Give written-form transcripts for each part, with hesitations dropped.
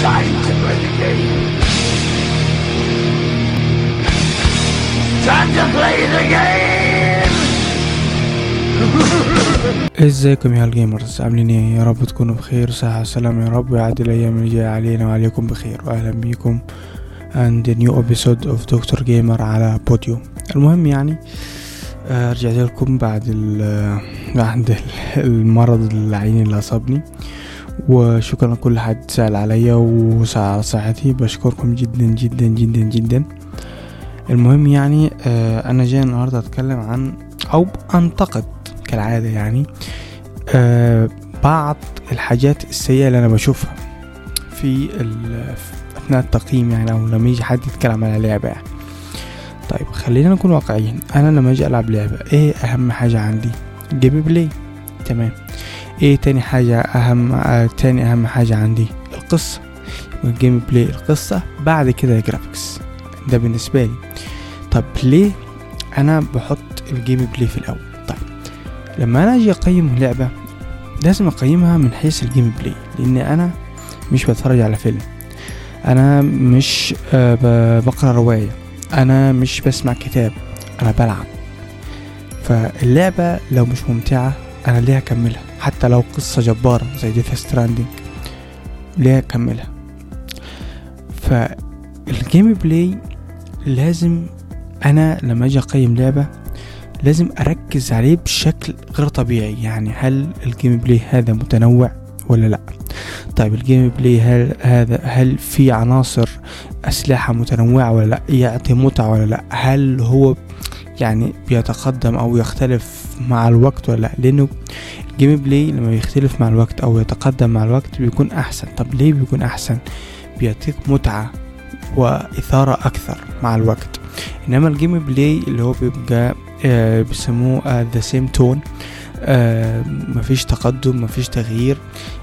Time to play the game. Time to play the game. ازيكم يا الجيمرز، عاملين ايه؟ يا رب تكونوا بخير، صحة وسلام يا رب، ويعدي الايام اللي جايه علينا وعليكم بخير، واهلا بيكم and a new episode of Dr. Gamer على بوديو. المهم يعني رجعت لكم بعد المرض اللعين اللي اصابني، وشكرا لكل حد سأل عليا وسأل على صحتي، بشكركم جدا جدا جدا جدا. المهم يعني انا جاي النهارده اتكلم عن او انتقد كالعادة يعني بعض الحاجات السيئة اللي انا بشوفها في اثناء التقييم يعني، او لما يجي حد يتكلم على لعبة يعني. طيب خلينا نكون واقعيين، انا لما اجي العب لعبة ايه اهم حاجة عندي؟ جيم بلاي، تمام. ايه تاني اهم حاجة عندي؟ القصة. والجيم بلاي القصة، بعد كده الجرافيكس، ده بالنسبة لي. طب ليه انا بحط الجيم بلاي في الاول؟ طيب لما انا اجي اقيم لعبة لازم اقيمها من حيث الجيم بلاي، لان انا مش بتفرج على فيلم، انا مش بقرأ رواية، انا مش بسمع كتاب، انا بلعب. فاللعبة لو مش ممتعة انا ليه اكملها؟ حتى لو قصة جبارة زي ديث ستراندينج ليه اكملها؟ فالجيم بلاي لازم انا لما اجي اقيم لعبة لازم اركز عليه بشكل غير طبيعي. يعني هل الجيم بلاي هذا متنوع ولا لا؟ طيب الجيم بلاي هل في عناصر اسلحة متنوعة ولا لا؟ يعطي متعة ولا لا؟ هل هو يعني بيتقدم او يختلف مع الوقت ولا لا؟ لانه الجيم بلاي لما بيختلف مع الوقت او يتقدم مع الوقت بيكون احسن. طب ليه بيكون احسن؟ بيعطيك متعة واثارة اكثر مع الوقت. انما الجيم بلاي اللي هو بيبقى بيسموه the same tone، مفيش تقدم، مفيش تغيير،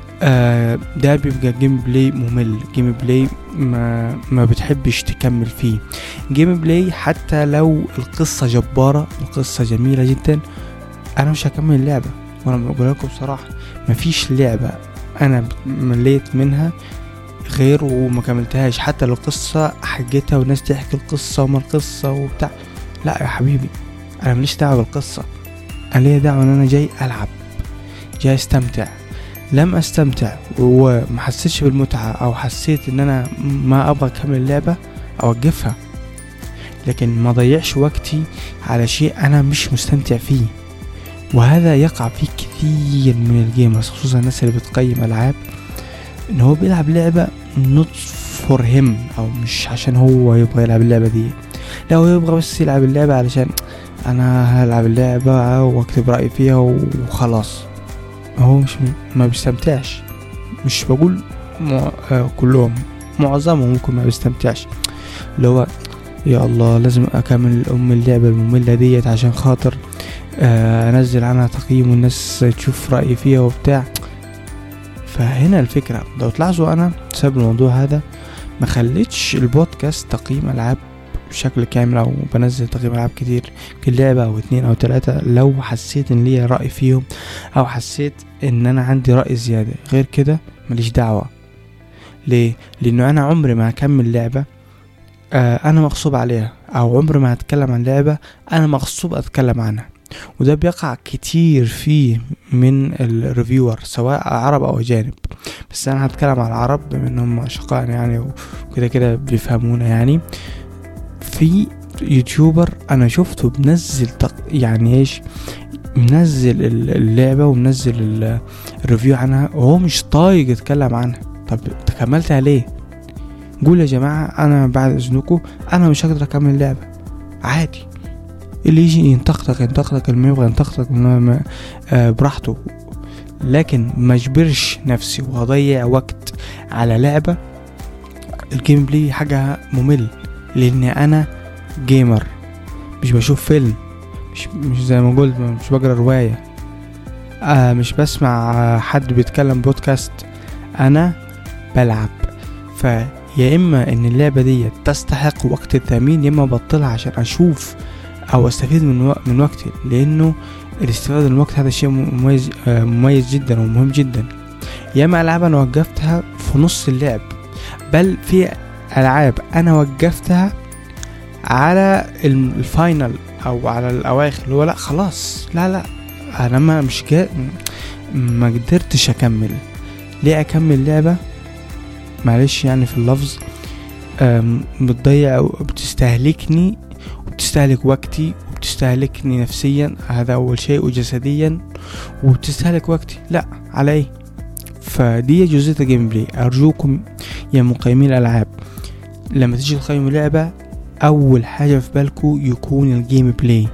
ده بيبقى جيم بلاي ممل، جيم بلاي ما بتحبش تكمل فيه. جيم بلاي حتى لو القصة جبارة، القصة جميلة جدا، انا مش هكمل اللعبة. وانا بقول لكم بصراحة مفيش لعبة انا مليت منها غير وما كملتهاش، حتى لو القصة حقتها والناس تحكي القصة وما القصة وبتاع. لا يا حبيبي، انا ماليش دعوة بالقصة، انا ليا دعوة ان انا جاي العب، جاي استمتع. لم استمتع وما حسيتش بالمتعة او حسيت ان انا ما ابغى اكمل اللعبة اوقفها، لكن ما ضيعش وقتي على شيء انا مش مستمتع فيه. وهذا يقع فيه كثير من الجيمرز، خصوصا الناس اللي بتقيم العاب، ان هو بيلعب لعبة not for him، او مش عشان هو يبغى يلعب اللعبة دي، لا هو يبغى بس يلعب اللعبة علشان انا هلعب اللعبة واكتب رأيي فيها وخلاص. هو ما بيستمتعش. مش بقول كلهم، معظمهم ممكن ما بيستمتعش، اللي هو يا الله لازم اكمل اللعبة المملة ديت عشان خاطر انزل عنها تقييم والناس تشوف رأيي فيها وبتاع. فهنا الفكرة، لو تلاحظوا انا بسبب الموضوع هذا ما خليتش البودكاست تقييم العاب بشكل كامل، او بنزل تقييم العاب كتير، كل لعبة او 2 أو 3 لو حسيت ان ليا رأي فيهم، او حسيت ان انا عندي رأي زيادة. غير كده ماليش دعوة. ليه؟ لانه انا عمري ما هكمل لعبة انا مغصوب عليها، او عمري ما هتكلم عن لعبة انا مغصوب اتكلم عنها. وده بيقع كتير فيه من الريفيور سواء عرب او اجانب، بس انا هتكلم على العرب بما انهم اشقائنا يعني وكده كده بيفهمونا. يعني في يوتيوبر انا شفته بنزل يعني ايش، منزل اللعبة ومنزل الريفيو عنها وهو مش طايق يتكلم عنها. طب تكملتها ليه؟ قول يا جماعة انا بعد اذنكم انا مش هقدر اكمل اللعبة، عادي. اللي يجي ينتقدك اللي ما يبغى ينتقدك براحته، لكن ما اجبرش نفسي وهضيع وقت على لعبة الجيم بلاي حاجة ممل. لان انا جيمر، مش بشوف فيلم، مش زي ما قلت مش بقرا رواية، مش بسمع حد بيتكلم بودكاست، انا بلعب. فيا اما ان اللعبة دي تستحق وقت الثمين، يا اما بطلها عشان اشوف او استفيد من وقتي، لانه الاستفادة من الوقت هذا شيء مميز جدا ومهم جدا. ياما العاب انا وقفتها في نص اللعب بل في ألعاب أنا وقفتها على الفاينل أو على الأواخر اللي هو لأ خلاص لا أنا ما قدرتش أكمل. ليه أكمل لعبة معلش يعني في اللفظ بتضيع وبتستهلكني وبتستهلك وقتي وبتستهلكني نفسيا، هذا أول شيء، وجسديا، وبتستهلك وقتي. لا على ايه؟ فدي جزئية الجيم بلاي. أرجوكم يا مقيمين الألعاب لما تيجي تقيموا لعبة أول حاجة في بالكم يكون الجيم بلاي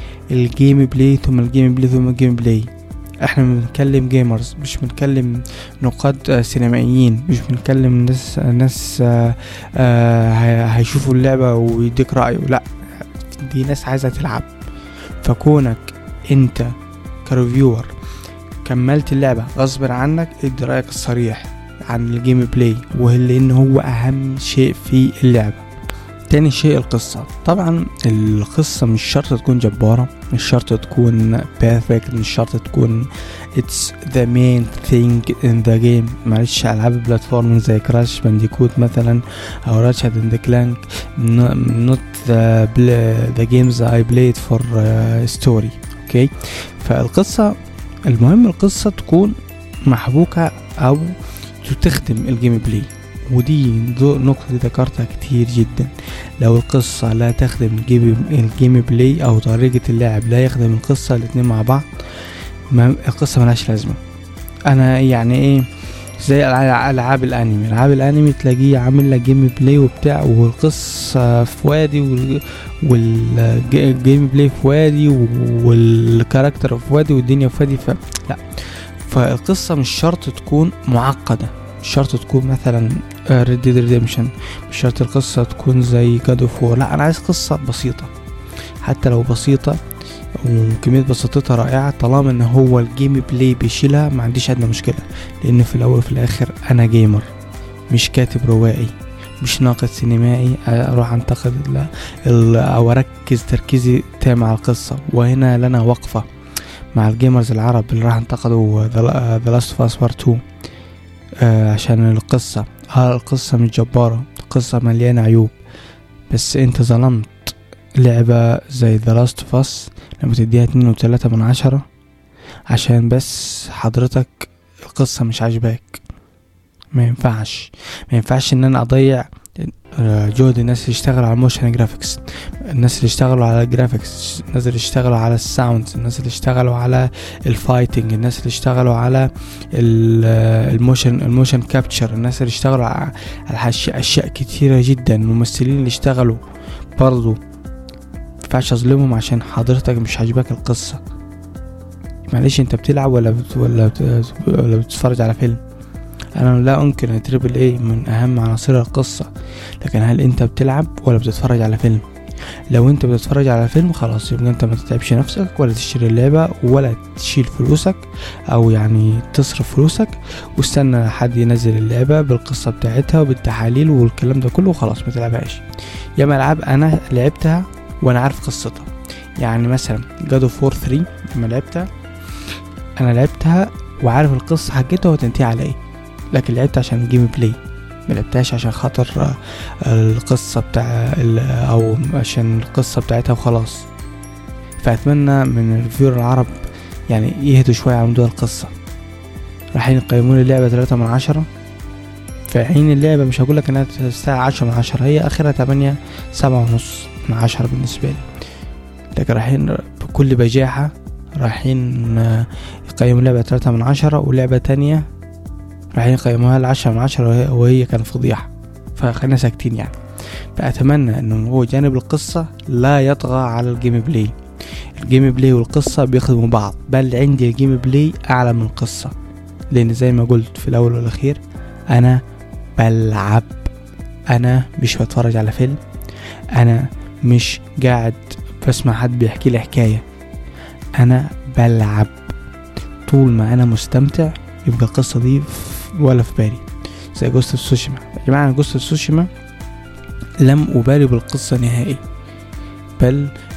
ثم الجيم بلاي ثم الجيم بلاي. احنا بنتكلم جيمرز، مش بنتكلم نقاد سينمائيين، مش بنتكلم ناس هيشوفوا اللعبة ويديك رأيه. لا، دي ناس عايزة تلعب. فكونك انت كريفيور كملت اللعبة غصب عنك، ادي رأيك الصريح عن الجيم بلاي، وهل هو اهم شيء في اللعبة. تاني شيء القصة. طبعا القصة مش شرط تكون جبارة، مش شرط تكون perfect، مش شرط تكون it's the main thing in the game. معلش ألعاب البلاتفورم زي كراش بانديكوت مثلا أو راتشت اند كلانك not the games I played for story. اوكي، فالقصة المهم القصة تكون محبوكة أو تخدم الجيم بلاي، ودي نقطة ذكرتها كتير جدا. لو القصة لا تخدم الجيم بلاي أو طريقة اللعب لا يخدم القصة، الاتنين مع بعض القصة ملهاش لازمة. أنا يعني إيه، زي ألعاب الأنمي تلاقيه عامل لك جيم بلاي وبتاع، والقصة في وادي والجيم بلاي في وادي والكاركتر في وادي والدنيا في وادي. لا، فالقصة مش شرط تكون معقدة، مش شرط تكون مثلا Red Dead Redemption، مش شرط القصة تكون زي God of War. لا، أنا عايز قصة بسيطة، حتى لو بسيطة وكمية بساطتها رائعة، طالما ان هو الجيم بلاي بيشيلها ما عنديش ادنى مشكلة. لان في الاول وفي الاخر انا جيمر، مش كاتب روائي، مش ناقد سينمائي اروح انتقد او اركز تركيزي تام على القصة. وهنا لنا وقفة مع الجيمرز العرب اللي راح انتقدوا The Last of Us Part 2 عشان القصة مش جبارة، القصة مليانة عيوب. بس انت ظلمت لعبة زي The Last of Us لما تديها 2.3 عشان بس حضرتك القصة مش عاجباك. ما ينفعش ان انا اضيع جهد الناس اللي اشتغلوا على الموشن جرافيكس، الناس اللي اشتغلوا على الجرافيكس، الناس اللي اشتغلوا على الساوندز، الناس اللي اشتغلوا على الفايتنج، الناس اللي اشتغلوا على الموشن كابتشر، الناس اللي اشتغلوا على اشياء كتيرة جدا، الممثلين اللي اشتغلوا برضو. مينفعش اظلمهم عشان حضرتك مش عاجباك القصة. معلش، انت بتلعب ولا بتتفرج على فيلم؟ انا لا انكر ان تريبل اي من اهم عناصر القصة، لكن هل انت بتلعب ولا بتتفرج على فيلم؟ لو انت بتتفرج على فيلم خلاص، يبقى انت ما تتعبش نفسك ولا تشتري اللعبة ولا تشيل فلوسك او يعني تصرف فلوسك واستنى لحد ينزل اللعبة بالقصة بتاعتها وبالتحاليل والكلام ده كله، وخلاص ما تلعبهاش. ياما العاب انا لعبتها وانا عارف قصتها، يعني مثلا God of War 3 لما لعبتها انا لعبتها وعارف القصة حقتها وتنتهي على ايه، لكن لعبت عشان الجيم بلاي، ما لعبتهاش عشان خاطر القصة او عشان القصة بتاعتها وخلاص. فاتمنى من الريفيور العرب يعني يهدوا شوية على موضوع القصة. رايحين يقيمون اللعبة 3/10 في حين اللعبة مش هقولك انها تستاهل 10/10، هي اخرها 7.5/10 بالنسبة لي، لكن رايحين بكل بجاحة رايحين يقيموا اللعبة 3/10 ولعبة تانية رايحين يقيموها 10/10 وهي كان فضيحة. فخلينا ساكتين يعني. فأتمنى انه هو جانب القصة لا يطغى على الجيم بلاي. الجيم بلاي والقصة بيخدموا بعض، بل عندي الجيم بلاي اعلى من القصة، لان زي ما قلت في الاول والاخير انا بلعب، انا مش بتفرج على فيلم، انا مش قاعد بسمع حد بيحكي لي حكاية، انا بلعب. طول ما انا مستمتع يبقى القصة دي ولا في بالي. زي جوست اوف تسوشيما يا جماعة، جوست اوف تسوشيما لم أبالي بالقصة نهائي، بل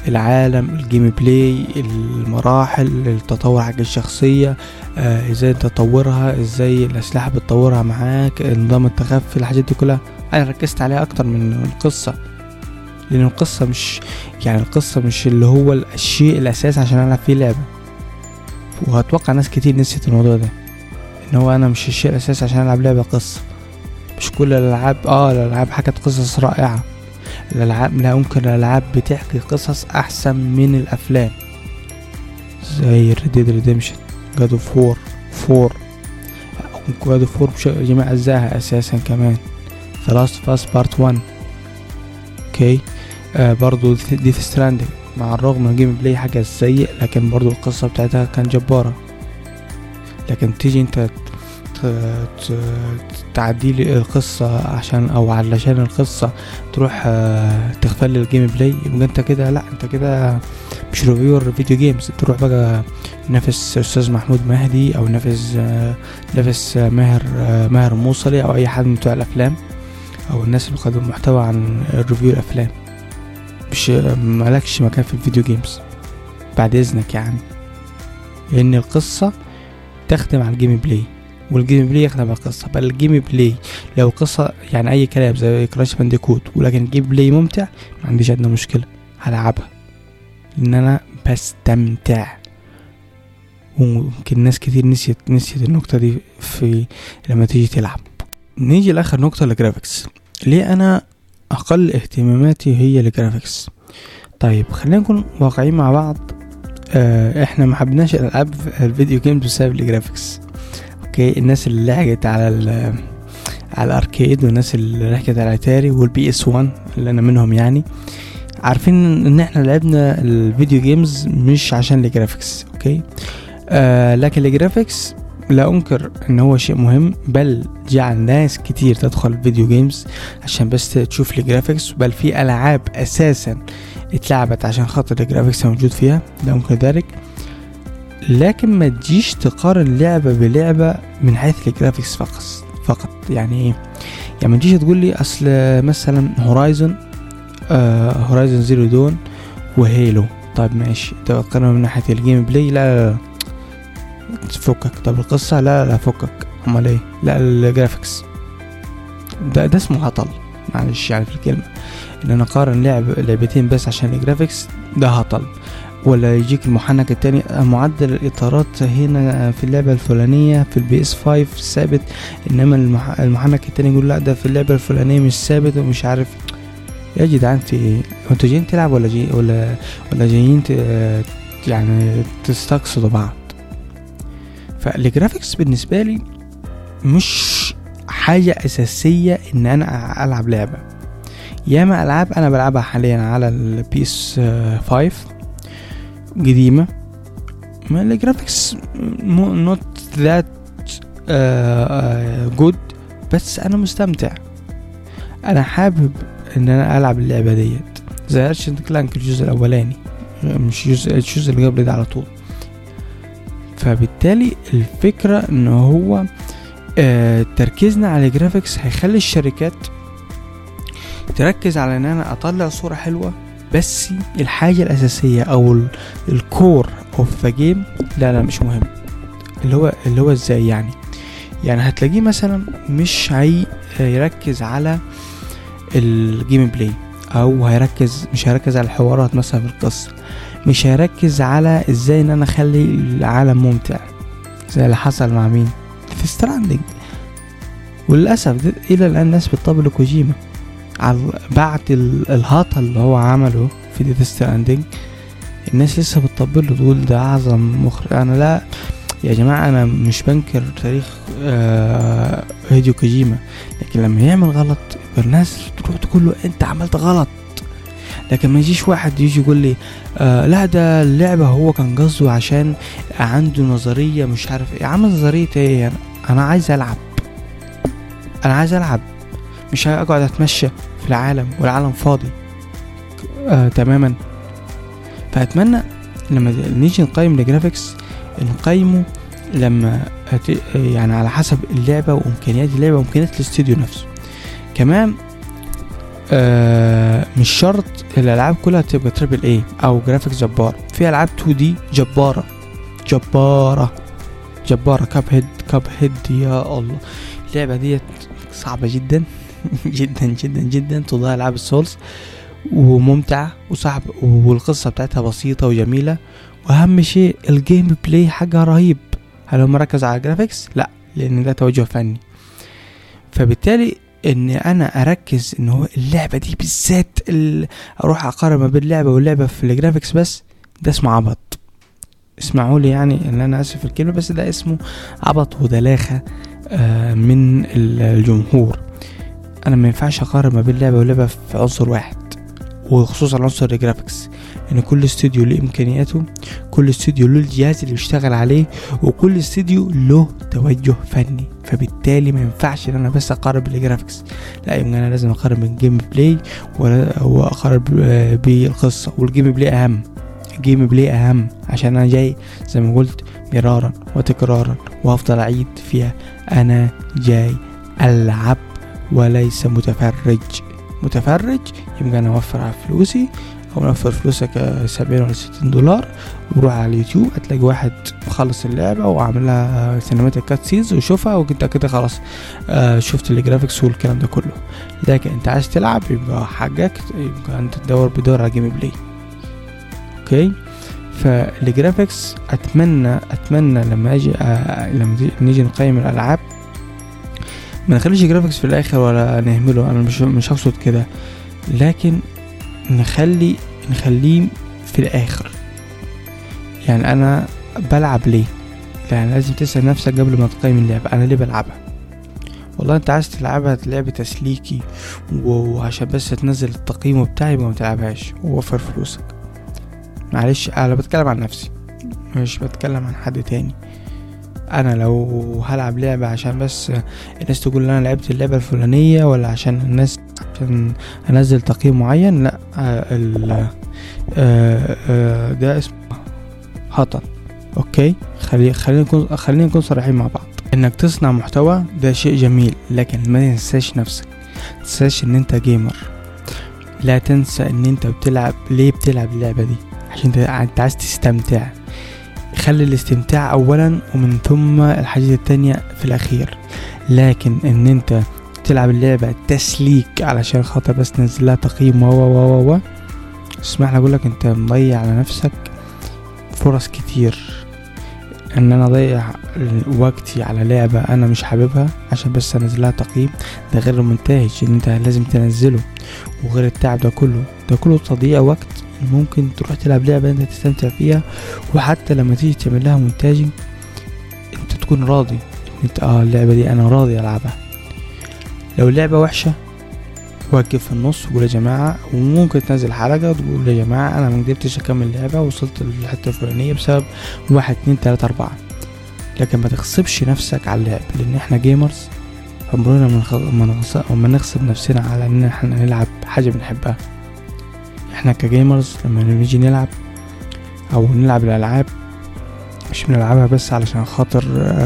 العالم، الجيم بلاي، المراحل، التطور حق الشخصية، ازاي تطورها، ازاي الاسلحة بتطورها معاك، نظام التخفي، الحاجات دي كلها انا ركزت عليها اكتر من القصة، لان القصة مش اللي هو الشيء الاساسي عشان العب فيه لعبة. وهتوقع ناس كتير نسيت الموضوع ده، ان هو انا مش الشيء الاساسي عشان العب لعبة قصة. مش كل الالعاب الالعاب حكت قصص رائعة، الالعاب لا يمكن الالعاب بتحكي قصص احسن من الافلام، زي Red Dead Redemption، God of War 4، God of War جميع اجزائها اساسا، كمان The Last of Us Part 1. اوكي برضو Death Stranding، مع الرغم من الجيم بلاي حاجة سيء، لكن برضو القصة بتاعتها كان جبارة. لكن تيجي انت تعدي لي القصة علشان القصة تروح تغفل الجيم بلاي، يبقى انت كده لا، انت كده مش ريفيور فيديو جيمز. تروح بقى نفس استاذ محمود مهدي، او نفس ماهر موصلي، او اي حد من بتوع الافلام، او الناس اللي بيقدموا محتوى عن ريفيو الافلام. مش مالكش مكان في الفيديو جيمز بعد اذنك، يعني لان القصة تخدم على الجيم بلاي، والجيم بلاي يخدم على القصة. بل الجيم بلاي لو قصة يعني اي كلام زي كراش بانديكوت، ولكن الجيم بلاي ممتع، ما عنديش ادنى مشكلة هلعبها، لان انا بستمتع. وممكن ناس كتير نسيت النقطة دي في لما تيجي تلعب. نيجي لاخر نقطة، الجرافيكس. ليه انا اقل اهتماماتي هي الجرافيكس؟ طيب خلينا نكون واقعين مع بعض. احنا ما حبناش الالعاب الفيديو جيمز بسبب الجرافيكس. اوكي، الناس اللي لحقت على الاركيد، والناس اللي لحقت على الاتاري والبي اس 1 اللي انا منهم، يعني عارفين ان احنا لعبنا الفيديو جيمز مش عشان الجرافيكس. اوكي لكن الجرافيكس لا انكر ان هو شيء مهم، بل جعل ناس كتير تدخل الفيديو جيمز عشان بس تشوف الجرافيكس. بل في العاب اساسا اتلعبت عشان خاطر الجرافيكس موجود فيها، لا انكر ذلك. لكن ما تجيش تقارن لعبة بلعبة من حيث الجرافيكس فقط. يعني ايه؟ يعني ما تجيش تقول لي اصل مثلا هورايزن زيرو دون وهيلو، طيب ماشي تقارنها من ناحية الجيم بلاي، لا فكك. طب القصة، لا فكك. امال ايه؟ لا الجرافيكس ده اسمه هطل، معلش يعني في الكلمة. ان انا اقارن لعبتين بس عشان الجرافيكس، ده هطل. ولا يجيك المحنك التاني، معدل الاطارات هنا في اللعبة الفلانية في البي اس 5 ثابت، انما المحنك التاني يقول لا ده في اللعبة الفلانية مش ثابت ومش عارف. يا جدعان في ايه؟ انتوا جايين تلعب ولا جايين يعني تستقصدوا بعض؟ فالجرافيكس بالنسبة لي مش حاجة اساسية ان انا العب لعبة. ياما العاب انا بلعبها حاليا على البي اس 5 قديمة، ما الجرافيكس not that good، بس انا مستمتع، انا حابب ان انا العب اللعبة ديت. زي راتشت كلانك الجزء الاولاني، مش الجزء اللي قبل ده على طول. فبالتالي الفكرة ان هو تركيزنا على الجرافيكس هيخلي الشركات تركز على ان انا اطلع صورة حلوة، بس الحاجة الاساسية او الكور اوف ذا جيم لا مش مهم. اللي هو ازاي يعني هتلاقيه مثلا مش هيركز على الجيم بلاي، او مش هيركز على الحوارات مثلا في القصة، مش هيركز على ازاي ان انا اخلي العالم ممتع، زي اللي حصل مع مين في ستراندنج. وللاسف الى الان الناس بتطبل كوجيما بعد الهطل اللي هو عمله في ديث ستراندنج. الناس لسه بتطبل له، تقول ده اعظم مخرج. انا لا يا جماعه، انا مش بنكر تاريخ هيديو كوجيما، لكن لما يعمل غلط الناس تروح تقول له انت عملت غلط. لكن ما يجيش واحد يجي يقول لي لا ده اللعبه هو كان قصده عشان عنده نظريه مش عارف ايه. عامل نظريه ايه؟ انا عايز العب، مش هقعد اتمشى في العالم والعالم فاضي تماما. فاتمنى لما نيجي نقيم الجرافيكس نقيمه لما يعني على حسب اللعبة وامكانيات اللعبة وامكانيات الاستوديو نفسه. كمان مش شرط الالعاب كلها تبقى تريبل اي او جرافيكس جبار. في العاب 2D جبارة جبارة جبارة. كاب هيد يا الله، اللعبة ديت صعبة جدا جدا جدا جدا، تضاهي العاب السولز، وممتعة وصعب، والقصة بتاعتها بسيطة وجميلة، واهم شيء الجيم بلاي حاجة رهيب. هل هم مركز على الجرافيكس؟ لا، لان ده توجه فني. فبالتالي ان انا اركز ان هو اللعبة دي بالذات اروح اقارن ما بين اللعبة واللعبة في الجرافيكس بس، ده اسمه عبط. اسمعوا لي يعني ان انا اسف الكلمة، بس ده اسمه عبط ودلاخة من الجمهور. انا ما ينفعش اقارن ما بين لعبة ولعبة في عنصر واحد، وخصوصا عنصر الجرافيكس، ان كل استوديو له امكانياته، كل استوديو له الجهاز اللي بيشتغل عليه، وكل استوديو له توجه فني. فبالتالي ما ينفعش ان انا بس اقارن بالجرافيكس، لا، يبقى انا لازم اقارن بالجيم بلاي واقارن بالقصة. والجيم بلاي اهم، الجيم بلاي اهم، عشان انا جاي زي ما قلت مرارا وتكرارا وافضل اعيد فيها، انا جاي العب وليس متفرج. يبقى انا اوفر على فلوسي، او اوفر فلوسك 70 ولا 60 دولار، وروح على اليوتيوب هتلاقي واحد مخلص اللعبة وعامل لها سينماتيك كات سينز وشوفها، وكنت كده خلاص شفت الجرافيكس والكلام ده كله. لكن انت عايز تلعب يبقى حاجك، يبقى انت بدور على جيم بلاي. اوكي، فالجرافيكس اتمنى لما نيجي نقيم الالعاب ما نخليش جرافيكس في الاخر ولا نهمله، انا مش هقصد كده، لكن نخليه في الاخر. يعني انا بلعب ليه؟ يعني لازم تسأل نفسك قبل ما تقيم اللعبة، انا ليه بلعبها؟ والله انت عايز تلعبها لعبة تسليكي وعشان بس تنزل التقييم بتاعي، ما تلعبهاش ووفر فلوسك. معلش انا بتكلم عن نفسي، مش بتكلم عن حد تاني. انا لو هلعب لعبة عشان بس الناس تقول انا لعبت اللعبة الفلانية، ولا عشان الناس عشان انزل تقييم معين، لا، ده اسمه خطأ. اوكي، خلينا نكون صريحين مع بعض. انك تصنع محتوى ده شيء جميل، لكن ما تنساش نفسك، تنساش ان انت جيمر. لا تنسى ان انت بتلعب اللعبة دي عشان انت عايز تستمتع. خلي الاستمتاع اولا، ومن ثم الحاجات التانية في الاخير. لكن ان انت تلعب اللعبة تسليك علشان خاطر بس نزل لها تقييم اسمح لي اقول لك انت مضيع على نفسك فرص كتير. ان انا اضيع وقتي على لعبة انا مش حاببها عشان بس انزل لها تقييم، ده غير المونتاج اللي انت لازم تنزله، وغير التعب ده كله تضييع وقت. ممكن تروح تلعب لعبة انت تستمتع فيها، وحتى لما تيجي تعمل لها مونتاج انت تكون راضي، انت اللعبة دي انا راضي العبها. لو اللعبة وحشة وقف في النص وقول يا جماعة، وممكن تنزل حلقة تقول يا جماعة انا ما قدرتش اكمل اللعبة، وصلت للحتة الفلانية بسبب 1 2 3 4. لكن ما تغصبش نفسك على اللعب، لان احنا جيمرز عمرنا ما نغصب نفسنا على ان احنا نلعب حاجة بنحبها. احنا كجيمرز لما نيجي نلعب او نلعب الالعاب مش بنلعبها بس علشان خاطر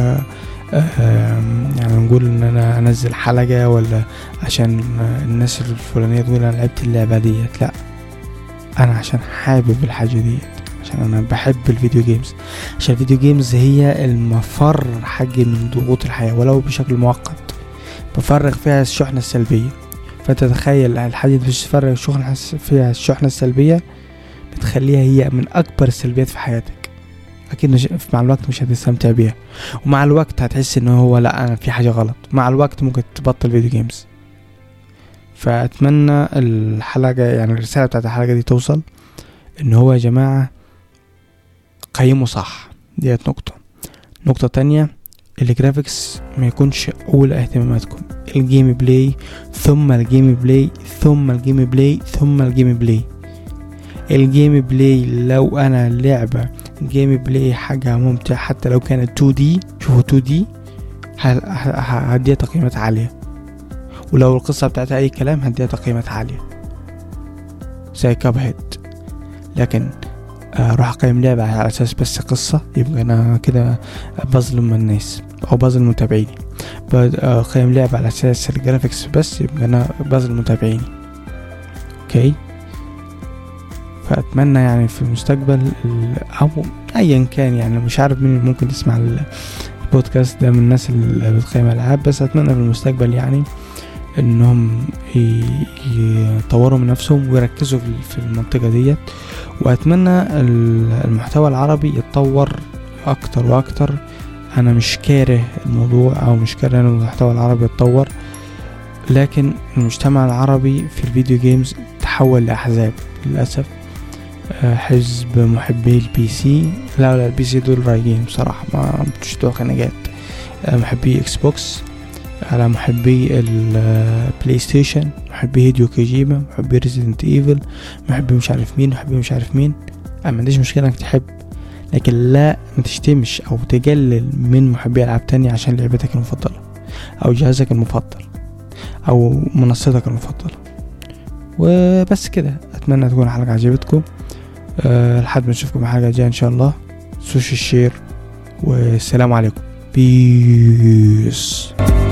يعني نقول ان انا انزل حلقة، ولا عشان الناس الفلانية تقول انا لعبت اللعبة ديت. لا، انا عشان حابب الحاجة ديت، عشان انا بحب الفيديو جيمز، عشان الفيديو جيمز هي المفر حاجة من ضغوط الحياة ولو بشكل مؤقت، بفرغ فيها الشحنة السلبية. فانت تخيل الحاجة اللي بتفرغ فيها الشحنة السلبية بتخليها هي من اكبر السلبيات في حياتك. اكيد مع الوقت مش هتستمتع بيها، ومع الوقت هتحس انه هو لا انا في حاجة غلط، مع الوقت ممكن تبطل فيديو جيمز. فاتمنى الحلقة يعني الرسالة بتاعت الحلقة دي توصل، ان هو يا جماعة قيموا صح. ديت نقطة تانية، الجرافيكس ما يكونش اول اهتماماتكم، الجيم بلاي ثم الجيم بلاي ثم الجيم بلاي ثم الجيم بلاي. الجيم بلاي لو انا لعبة جيم بلاي حاجة ممتعة حتى لو كانت 2D، شوفوا 2D هديها تقييمات عالية، ولو القصة بتاعتها اي كلام هديها تقييمات عالية زي كاب هيد. لكن اروح اقيم لعبة على اساس بس قصة، يبقى انا كده بظلم الناس او بظلم متابعيني. اقيم لعبة على اساس الجرافيكس بس، يبقى انا بظلم متابعيني. اوكي. فاتمنى يعني في المستقبل او ايا كان، يعني مش عارف مين ممكن يسمع البودكاست ده من الناس اللي بتقيم العاب، بس اتمنى في المستقبل يعني انهم يطوروا من نفسهم ويركزوا في المنطقة ديت. واتمنى المحتوى العربي يتطور اكتر واكتر. انا مش كاره الموضوع او مش كاره ان المحتوى العربي يتطور، لكن المجتمع العربي في الفيديو جيمز تحول لاحزاب للاسف. حزب محبي البي سي، لا البي سي دول رايقين بصراحة، ما بتشتوى خناقات. محبي اكس بوكس، على محبي البلاي ستيشن، محبي هيديو كوجيما، محبي ريزيدنت ايفل، محبي مش عارف مين، محبي مش عارف مين. انا ما عنديش مشكلة انك تحب، لكن لا ما تشتمش او تقلل من محبي العاب تانية عشان لعبتك المفضلة او جهازك المفضل او منصتك المفضلة. وبس كده، اتمنى تكون الحلقة عجبتكم. لحد ما نشوفكم بحلقة جاية ان شاء الله. سوشي الشير، والسلام عليكم. بيس.